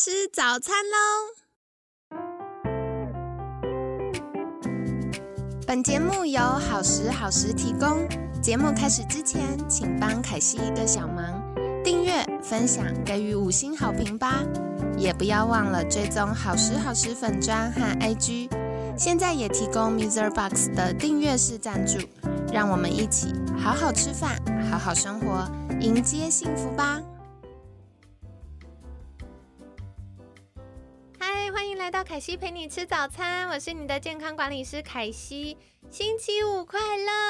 吃早餐喽！本节目由好时好时提供。节目开始之前，请帮凯西一个小忙，订阅、分享、给予5星好评吧！也不要忘了追踪好时好时粉专和 IG。现在也提供 MixerBox 的订阅式赞助，让我们一起好好吃饭，好好生活，迎接幸福吧！嗨，欢迎来到凯西陪你吃早餐，我是你的健康管理师凯西。星期五快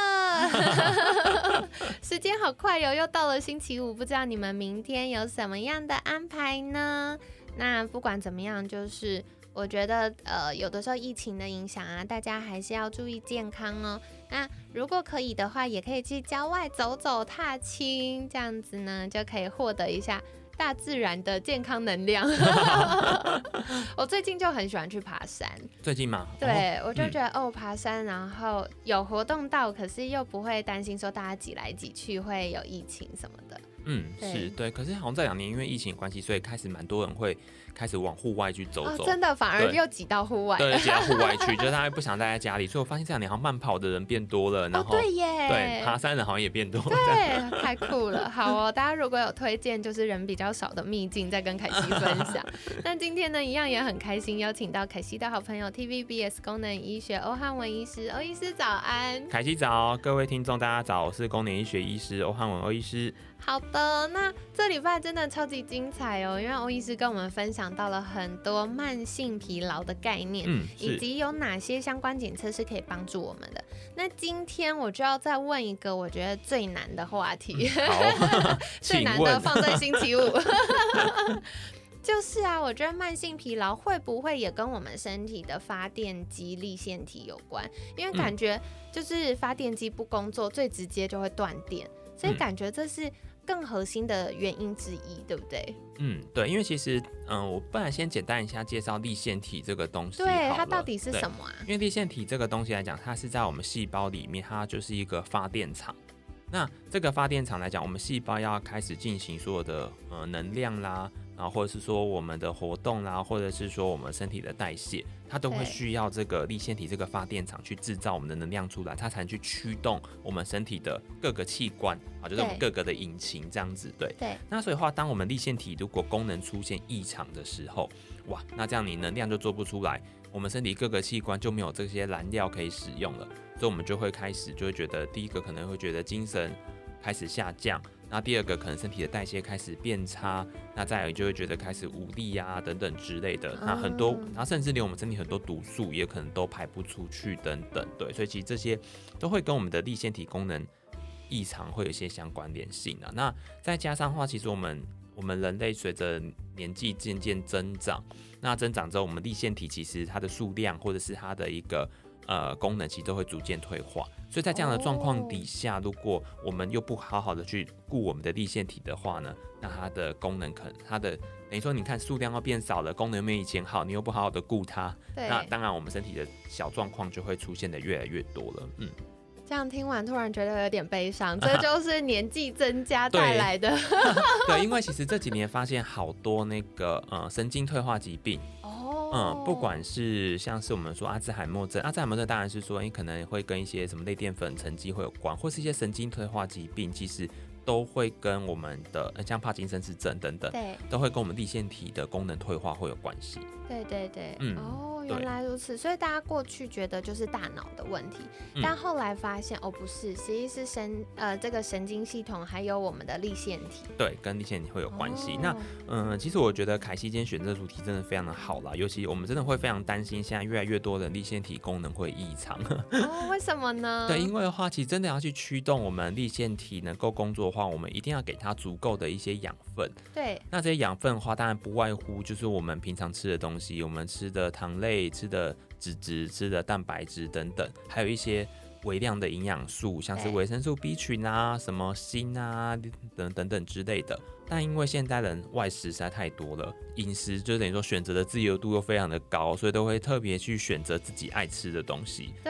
乐！时间好快哟，又到了星期五，不知道你们明天有什么样的安排呢？那不管怎么样，就是我觉得有的时候疫情的影响啊，大家还是要注意健康哦。那如果可以的话，也可以去郊外走走踏青，这样子呢就可以获得一下大自然的健康能量。我最近就很喜欢去爬山。 最近吗？ 对，我就觉得爬山然后有活动到，可是又不会担心说大家挤来挤去会有疫情什么的。 是对，可是好像这2年因为疫情关系，所以开始蛮多人会开始往户外去走走。 真的，反而又挤到户外。 对，挤到户外去，就是大家不想待在家里，所以我发现这2年好像慢跑的人变多了，然后对耶， 对，爬山人好像也变多了。 对，太酷了。好哦，大家如果有推荐就是人比较少的秘境，再跟凯西分享。那今天呢，一样也很开心，邀请到凯西的好朋友 TVBS 功能医学欧汉文医师。欧医师早安。 凯西早，各位听众大家早，我是功能医学医师欧汉文欧医师。 好的，那这礼拜真的超级精彩哦，因为欧医师跟我们分享到了很多慢性疲劳的概念，以及有哪些相关检测是可以帮助我们的。那今天我就要再问一个我觉得最难的话题， 好， 最难的放在星期五。就是啊，我觉得慢性疲劳会不会也跟我们身体的发电机粒线体有关？因为感觉就是发电机不工作，最直接就会断电，所以感觉这是更核心的原因之一，对不对？ 对，因为其实我不然先简单一下介绍粒线体这个东西。 对，它到底是什么啊？ 因为粒线体这个东西来讲，它是在我们细胞里面，它就是一个发电厂。那这个发电厂来讲，我们细胞要开始进行所有的能量啦，然后或者是说我们的活动啦，或者是说我们身体的代谢，它都会需要这个粒线体这个发电厂去制造我们的能量出来，它才能去驱动我们身体的各个器官啊，就是我们各个的引擎这样子。对。那所以的话，当我们粒线体如果功能出现异常的时候，哇，那这样你能量就做不出来，我们身体各个器官就没有这些燃料可以使用了，所以我们就会开始就会觉得，第一个可能会觉得精神开始下降，那第二个可能身体的代谢开始变差，那再来就会觉得开始无力啊等等之类的，那很多，然后甚至连我们身体很多毒素也可能都排不出去等等。对，所以其实这些都会跟我们的粒线体功能异常会有一些相关联性啊。那再加上的话，其实我们人类随着年纪渐渐增长，那增长之后，我们粒线体其实它的数量或者是它的一个功能其实都会逐渐退化，所以在这样的状况底下，如果我们又不好好的去顾我们的粒线体的话呢，那它的功能可能它的等于说，你看数量要变少了，功能没有以前好，你又不好好的顾它，那当然我们身体的小状况就会出现的越来越多了。 这样听完突然觉得有点悲伤，这就是年纪增加带来的。 对，因为其实这几年发现好多那个神经退化疾病。不管是像是我们说阿兹海默症，阿兹海默症当然是说可能会跟一些什么类淀粉沉积会有关，或是一些神经退化疾病，其实都会跟我们的像帕金森氏症等等，都会跟我们粒线体的功能退化会有关系。 对，原来如此，所以大家过去觉得就是大脑的问题，但后来发现不是，实际是这个神经系统还有我们的粒线体，对， 跟粒线体会有关系。那其实我觉得凯西今天选这个主题真的非常的好啦，尤其我们真的会非常担心现在越来越多的粒线体功能会异常。 为什么呢？ 对，因为的话，其实真的要去驱动我们粒线体能够工作的话，我们一定要给它足够的一些养分。 对， 那这些养分的话，当然不外乎就是我们平常吃的东西，我们吃的糖类、吃的脂质、吃的蛋白质等等，还有一些微量的营养素，像是维生素 B 群啊、什么锌啊等等之类的。但因为现代人外食实在太多了，饮食就等于说选择的自由度又非常的高，所以都会特别去选择自己爱吃的东西。 对。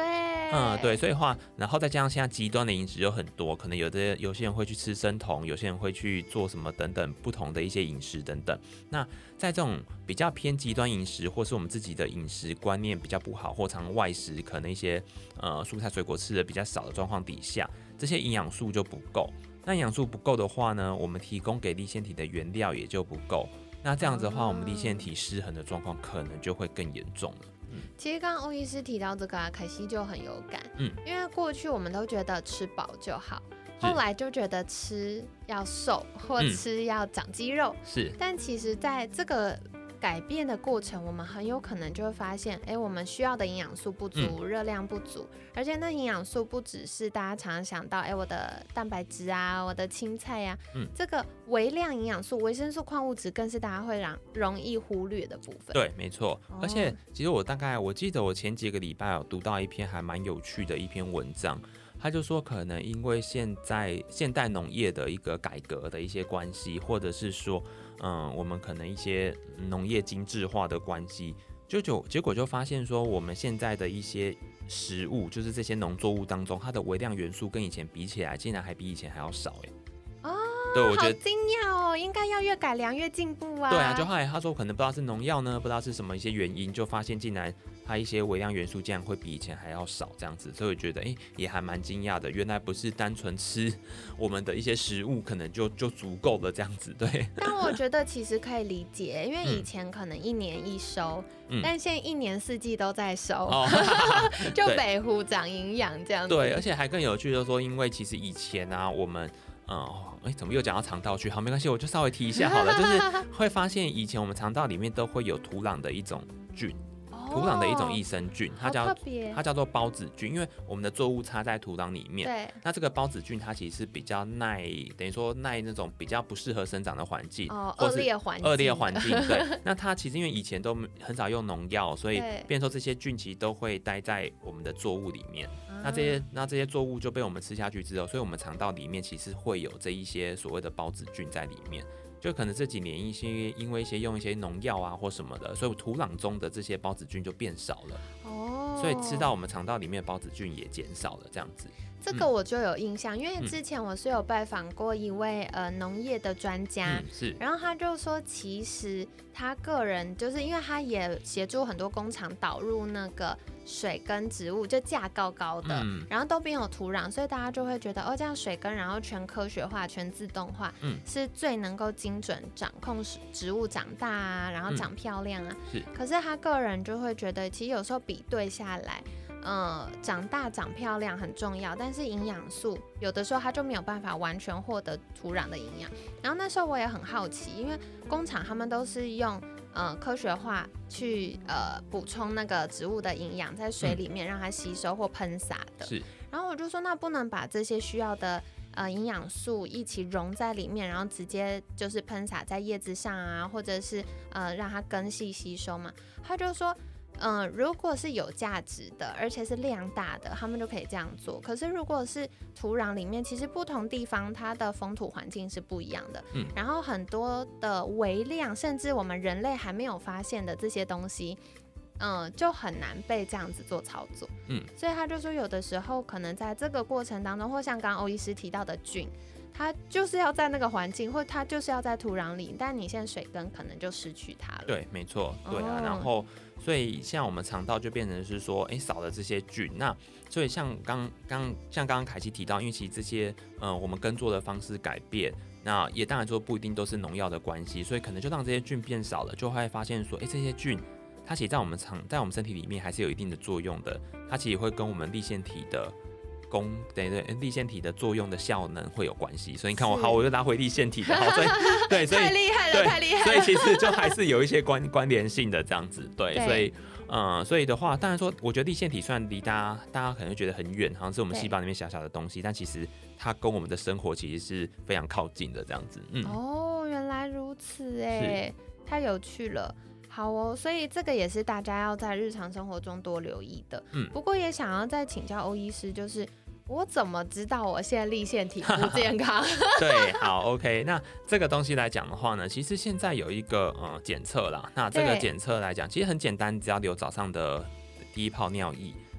对，所以话，然后再加上现在极端的饮食有很多，可能有些人会去吃生酮，有些人会去做什么等等不同的一些饮食等等。那在这种比较偏极端饮食，或是我们自己的饮食观念比较不好，或常外食，可能一些蔬菜水果吃的比较少的状况底下，这些营养素就不够。那营养素不够的话呢，我们提供给粒线体的原料也就不够。那这样子的话，我们粒线体失衡的状况可能就会更严重了。 其实刚刚欧医师提到这个凯西就很有感，因为过去我们都觉得吃饱就好，后来就觉得吃要瘦或吃要长肌肉， 是， 但其实在这个改变的过程，我们很有可能就会发现，我们需要的营养素不足，热量不足，而且那营养素不只是大家常常想到，我的蛋白质啊，我的青菜啊，这个微量营养素、维生素、矿物质，更是大家会容易忽略的部分。对， 没错。而且其实我记得我前几个礼拜有读到一篇还蛮有趣的一篇文章。他就说，可能因为现代农业的一个改革的一些关系，或者是说，我们可能一些农业精致化的关系，结果就发现说，我们现在的一些食物，就是这些农作物当中，它的微量元素跟以前比起来，竟然还比以前还要少对，我觉得好惊讶哦，应该要越改良越进步啊。 对啊，就后来他说可能不知道是农药呢，不知道是什么一些原因，就发现竟然它一些微量元素竟然会比以前还要少这样子，所以我觉得也还蛮惊讶的，原来不是单纯吃我们的一些食物可能就足够了这样子。对， 但我觉得其实可以理解，因为以前可能一年一收，但现在一年四季都在收，就北湖长营养这样子。 对，而且还更有趣的说，因为其实以前啊我们怎么又讲到肠道去？好，没关系，我就稍微提一下好了。就是会发现以前我们肠道里面都会有土壤的一种菌，土壤的一种益生菌，它叫做孢子菌，因为我们的作物插在土壤里面， 对， 那这个孢子菌它其实是比较等于说耐那种比较不适合生长的环境， 恶劣环境， 对。那它其实因为以前都很少用农药，所以变成说这些菌其实都会待在我们的作物里面。那这些作物就被我们吃下去之后，所以我们肠道里面其实会有这一些所谓的孢子菌在里面。就可能这几年因为用一些农药啊或什么的，所以土壤中的这些孢子菌就变少了。所以吃到我们肠道里面的孢子菌也减少了这样子。 这个我就有印象，因为之前我是有拜访过一位农业的专家， 是， 然后他就说，其实他个人就是因为他也协助很多工厂导入那个水耕植物，就架高高的，然后都没有土壤，所以大家就会觉得这样水耕，然后全科学化、全自动化，是最能够精准掌控植物长大啊，然后长漂亮啊。可是他个人就会觉得，其实有时候比对下来。长大长漂亮很重要，但是营养素有的时候它就没有办法完全获得土壤的营养。然后那时候我也很好奇，因为工厂他们都是用科学化去补充那个植物的营养在水里面让它吸收或喷洒的。 是。 然后我就说，那不能把这些需要的营养素一起溶在里面，然后直接就是喷洒在叶子上啊，或者是让它根系吸收嘛？他就说。如果是有价值的，而且是量大的，他们就可以这样做。可是如果是土壤里面，其实不同地方它的风土环境是不一样的，然后很多的微量，甚至我们人类还没有发现的这些东西，就很难被这样子做操作。所以他就说，有的时候可能在这个过程当中，或像刚刚欧医师提到的菌。它就是要在那个环境，或它就是要在土壤里，但你现在水耕可能就失去它了。 对，没错，对啊。然后，所以像我们肠道就变成是说，少了这些菌。那所以像刚刚凯西提到，因为其实这些我们耕作的方式改变，那也当然说不一定都是农药的关系，所以可能就让这些菌变少了，就会发现说，这些菌它其实在我们身体里面还是有一定的作用的，它其实会跟我们粒线体的。粒线体的作用的效能会有关系，所以你看我又拉回粒线体的，好，所以太厉害了，太厉害了， 所以其实就还是有一些关联性的这样子，对，所以的话，当然说，我觉得粒线体虽然离大家可能会觉得很远，好像是我们细胞里面小小的东西，但其实它跟我们的生活其实是非常靠近的这样子。 原来如此，太有趣了。好哦，所以这个也是大家要在日常生活中多留意的。不过也想要再请教欧医师，就是我怎么知道我现在粒线体不健康？ 对，好 ，OK。那这个东西来讲的话呢，其实现在有一个检测啦。那这个检测来讲，其实很简单，只要留早上的第一泡尿液。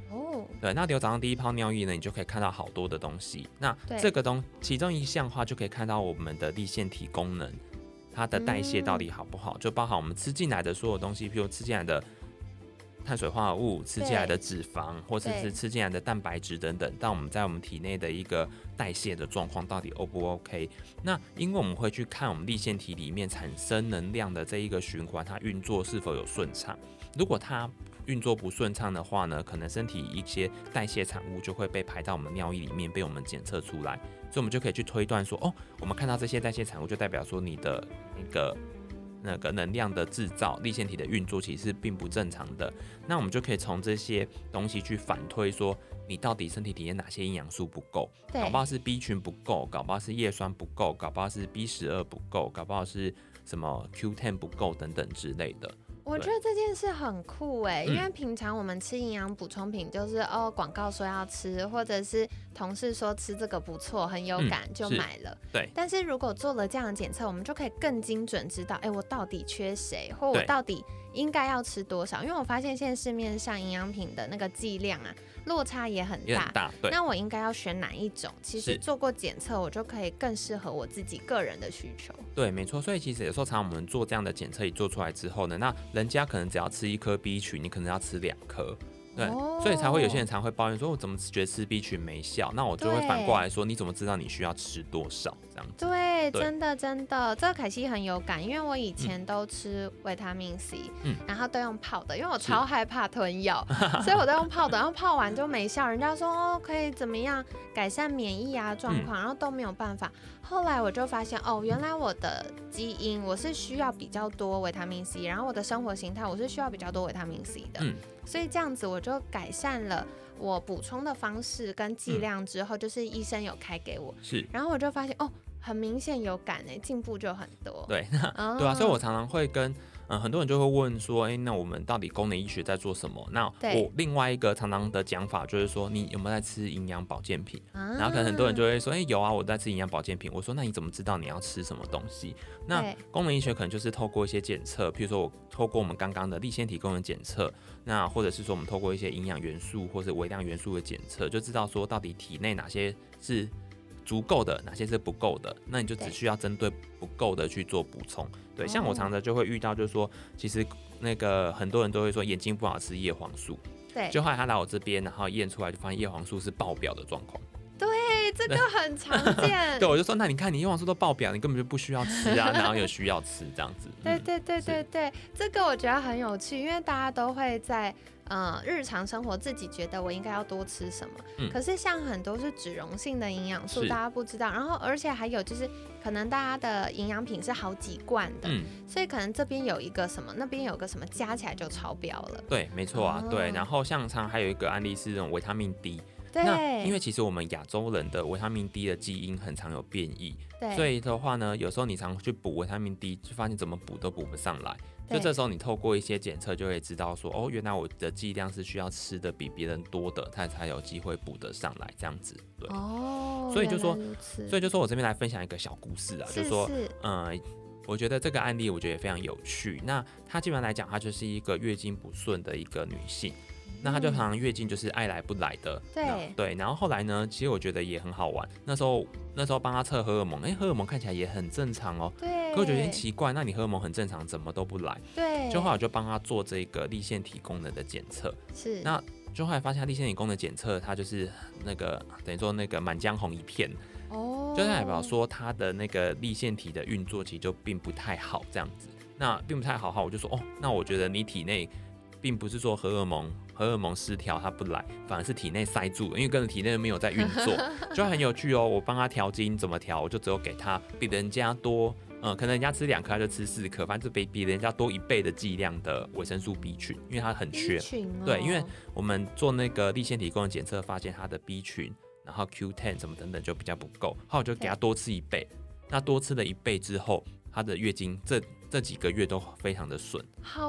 对，那流早上第一泡尿液呢，你就可以看到好多的东西。那这个其中一项的话，就可以看到我们的粒线体功能，它的代谢到底好不好，就包含我们吃进来的所有东西，譬如吃进来的碳水化合物、吃进来的脂肪，或者是吃进来的蛋白质等等，但我们在我们体内的一个代谢的状况到底 O 不 OK？ 那因为我们会去看我们粒线体里面产生能量的这一个循环，它运作是否有顺畅。如果它运作不顺畅的话呢，可能身体一些代谢产物就会被排到我们尿液里面，被我们检测出来，所以我们就可以去推断说，我们看到这些代谢产物，就代表说你的那个能量的制造、粒线体的运作其实是并不正常的。那我们就可以从这些东西去反推说，你到底身体里面哪些营养素不够？搞不好是 B 群不够，搞不好是叶酸不够，搞不好是 B12不够，搞不好是什么 Q10 不够等等之类的。 我觉得这件事很酷哎，因为平常我们吃营养补充品就是广告说要吃，或者是同事说吃这个不错很有感就买了。 对。 但是如果做了这样的检测，我们就可以更精准知道，我到底缺谁，或我到底应该要吃多少。因为我发现现在市面上营养品的那个剂量啊，落差也很大。 对。 那我应该要选哪一种？其实做过检测，我就可以更适合我自己个人的需求。 对，没错。所以其实有时候常常我们做这样的检测，一做出来之后呢，那人家可能只要吃1颗 B 群，你可能要吃2颗。对，所以才会有些人常会抱怨说，我怎么觉得吃 B 群没效？那我就会反过来说，你怎么知道你需要吃多少？这样子。 对，真的，这个凯西很有感，因为我以前都吃维他命 C，然后都用泡的，因为我超害怕吞药，所以我都用泡的，然后泡完就没效，人家说可以怎么样改善免疫啊状况，然后都没有办法。后来我就发现原来我的基因我是需要比较多维他命 C， 然后我的生活形态我是需要比较多维他命 C 的，所以这样子我就改善了我补充的方式跟剂量之后，就是医生有开给我，然后我就发现很明显有感进步就很多。 对，对啊，所以我常常会跟很多人就会问说，那我们到底功能医学在做什么？那我另外一个常常的讲法就是说，你有没有在吃营养保健品？然后可能很多人就会说，有啊，我在吃营养保健品。我说，那你怎么知道你要吃什么东西？那功能医学可能就是透过一些检测，譬如说我透过我们刚刚的粒线体功能检测，那或者是说我们透过一些营养元素或者微量元素的检测，就知道说到底体内哪些是足够的，哪些是不够的，那你就只需要针对不够的去做补充。对，像我常常就会遇到，就是说，其实那个很多人都会说眼睛不好吃叶黄素， 对， 就后来他来我这边，然后验出来就发现叶黄素是爆表的状况。 对，这个很常见。 对，我就说，那你看你叶黄素都爆表，你根本就不需要吃啊，然后有需要吃这样子。 对，这个我觉得很有趣，因为大家都会在日常生活自己觉得我应该要多吃什么，可是像很多是脂溶性的营养素，大家不知道，然后而且还有就是可能大家的营养品是好几罐的，所以可能这边有一个什么，那边有个什么，加起来就超标了。 对，没错啊，对。然后像常还有一个案例是这种维他命 D。那因为其实我们亚洲人的维他命 D 的基因很常有变异，所以的话呢，有时候你常去补维他命 D， 就发现怎么补都补不上来。所以这时候你透过一些检测就会知道说，原来我的剂量是需要吃的比别人多的，它才有机会补得上来这样子。对，所以就说我这边来分享一个小故事啊，就是说，我觉得这个案例我觉得也非常有趣。那它基本上来讲，它就是一个月经不顺的一个女性。那她就常常月经就是爱来不来的，对，然后后来呢，其实我觉得也很好玩。那时候帮她测荷尔蒙，荷尔蒙看起来也很正常哦， 对。 可我觉得有点奇怪，那你荷尔蒙很正常，怎么都不来？ 对。 就后来我就帮她做这个粒线体功能的检测， 是。 那就后来发现粒线体功能检测，它就是那个等于说那个满江红一片，就代表说它的那个粒线体的运作其实就并不太好这样子。那并不太好，我就说那我觉得你体内并不是说荷尔蒙失调它不来，反而是体内塞住了，因为跟着体内没有在运作，就很有趣哦。我帮他调经怎么调，我就只有给他比人家多，可能人家吃2颗他就吃4颗，反正就比人家多1倍的剂量的维生素 B 群，因为它很缺。对，因为我们做那个粒线体功能检测，发现它的 B 群，然后 Q10 什么等等就比较不够，后来我就给他多吃1倍。那多吃了1倍之后，他的月经这几个月都非常的顺， 好酷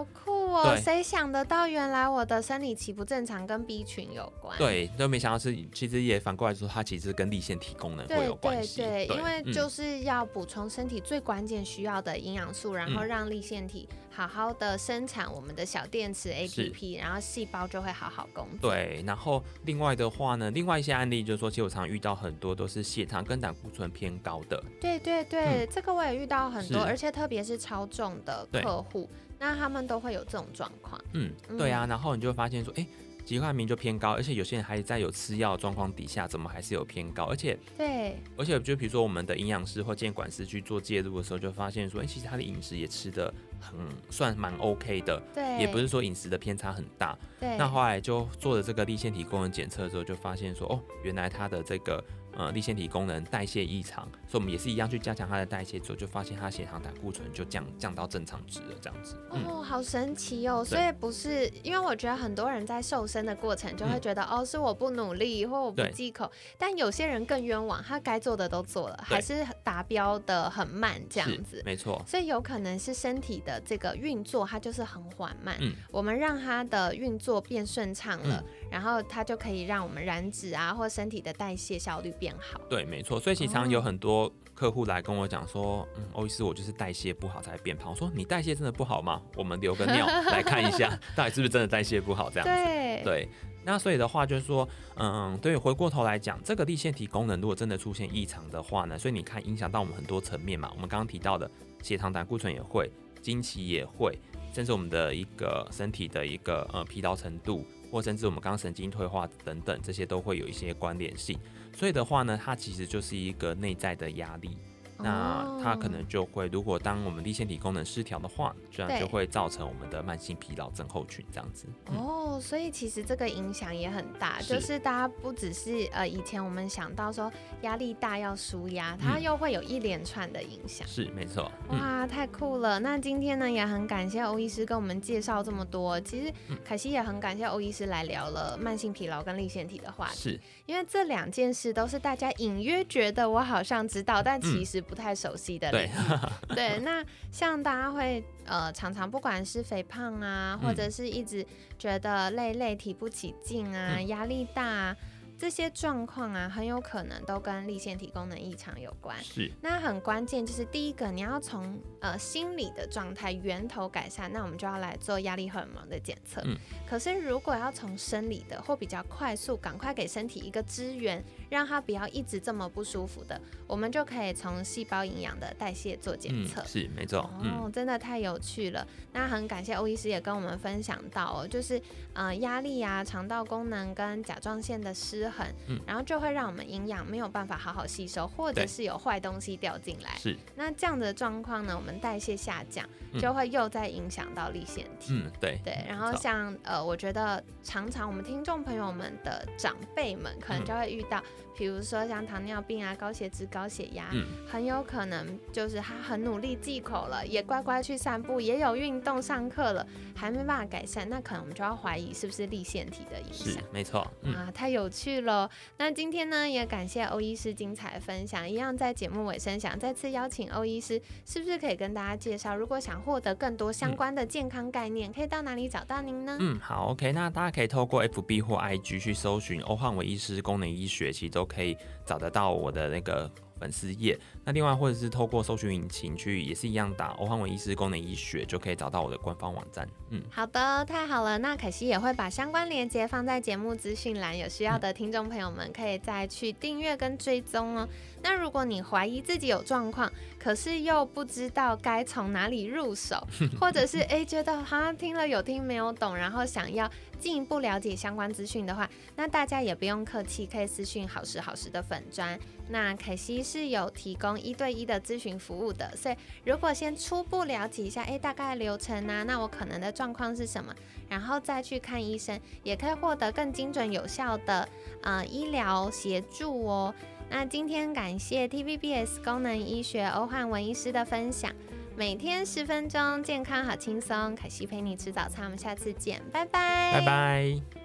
哦，谁想得到原来我的生理期不正常跟 B 群有关？ 对，都没想到是，其实也反过来说，它其实跟粒线体功能会有关系。 对，因为就是要补充身体最关键需要的营养素，然后让粒线体好好的生产我们的小电池 ATP， 然后细胞就会好好工作。 对，然后另外的话呢，另外一些案例就是说，其实我常遇到很多都是血糖跟胆固醇偏高的。 对，这个我也遇到很多，而且特别是超重的客户，那他们都会有这种状况。 对啊，然后你就会发现说，疾患明就偏高，而且有些人还在有吃药的状况底下，怎么还是有偏高？而且就比如说我们的营养师或监管师去做介入的时候，就发现说，其实他的饮食也吃的算蛮 OK 的，也不是说饮食的偏差很大。那后来就做了这个粒线体功能检测之后，就发现说，原来他的这个粒线体功能代谢异常，所以我们也是一样去加强它的代谢之后，就发现它血糖胆固醇就降到正常值了，这样子。 好神奇哦！所以不是因为我觉得很多人在瘦身的过程就会觉得是我不努力或我不忌口，但有些人更冤枉，他该做的都做了，还是达标的很慢这样子。 没错。 所以有可能是身体的这个运作它就是很缓慢，我们让它的运作变顺畅了，然后它就可以让我们燃脂啊或身体的代谢效率变好。 对，没错。所以其实常有很多客户来跟我讲说，欧医师，我就是代谢不好才变胖。我说你代谢真的不好吗？我们留个尿来看一下，到底是不是真的代谢不好这样子。对。那所以的话就是说，对，回过头来讲，这个粒线体功能如果真的出现异常的话呢，所以你看影响到我们很多层面嘛。我们刚刚提到的血糖、胆固醇也会，经期也会，甚至我们的一个身体的一个疲劳程度，或甚至我们刚刚神经退化等等，这些都会有一些关联性。所以的话呢，它其实就是一个内在的压力。那它可能就会，如果当我们粒线体功能失调的话，这样就会造成我们的慢性疲劳症候群这样子。 所以其实这个影响也很大，就是大家不只是以前我们想到说压力大要舒压，它又会有一连串的影响。 是，没错。 哇，太酷了！那今天呢也很感谢欧医师跟我们介绍这么多。其实凯西也很感谢欧医师来聊了慢性疲劳跟粒线体的话题，因为这两件事都是大家隐约觉得我好像知道，但其实不太熟悉的领域。对，那像大家会常常不管是肥胖啊，或者是一直觉得累提不起劲啊，压力大啊，这些状况啊，很有可能都跟粒线体功能异常有关。 是， 那很关键就是第一个，你要从心理的状态源头改善，那我们就要来做压力荷尔蒙的检测。可是如果要从生理的或比较快速，赶快给身体一个支援，让它不要一直这么不舒服的，我们就可以从细胞营养的代谢做检测。 是，没错。 真的太有趣了。那很感谢欧医师也跟我们分享到就是压力啊、肠道功能跟甲状腺的失衡，然后就会让我们营养没有办法好好吸收，或者是有坏东西掉进来。 是， 那这样的状况呢，我们代谢下降，就会又再影响到粒线体。 对。 然后像我觉得常常我们听众朋友们的长辈们可能就会遇到，比如说像糖尿病啊、高血脂、高血压，很有可能就是他很努力忌口了，也乖乖去散步，也有运动上课了，还没办法改善，那可能我们就要怀疑是不是粒线体的影响。 是，没错。 太有趣了。那今天呢，也感谢欧医师精彩的分享。一样在节目尾声，想再次邀请欧医师，是不是可以跟大家介绍，如果想获得更多相关的健康概念，可以到哪里找到您呢？ 好 ，OK， 那大家可以透过 FB 或 IG 去搜寻欧汉伟医师功能医学，其实都可以找得到我的那个粉丝页。那另外或者是透过搜寻引擎去也是一样打欧汉伟医师功能医学，就可以找到我的官方网站。 好的，太好了。那凯西也会把相关链接放在节目资讯栏，有需要的听众朋友们可以再去订阅跟追踪哦。那如果你怀疑自己有状况，可是又不知道该从哪里入手，或者是觉得好像听了有听没有懂，然后想要进一步了解相关资讯的话，那大家也不用客气，可以私讯好时好时的粉专。那凯西是有提供1对1的咨询服务的，所以如果先初步了解一下大概流程啊，那我可能的状况是什么，然后再去看医生，也可以获得更精准有效的医疗协助哦。那今天感谢 TVBS 功能医学欧汉文医师的分享，每天10分钟，健康好轻松。凯西陪你吃早餐，我们下次见，拜拜， 拜拜。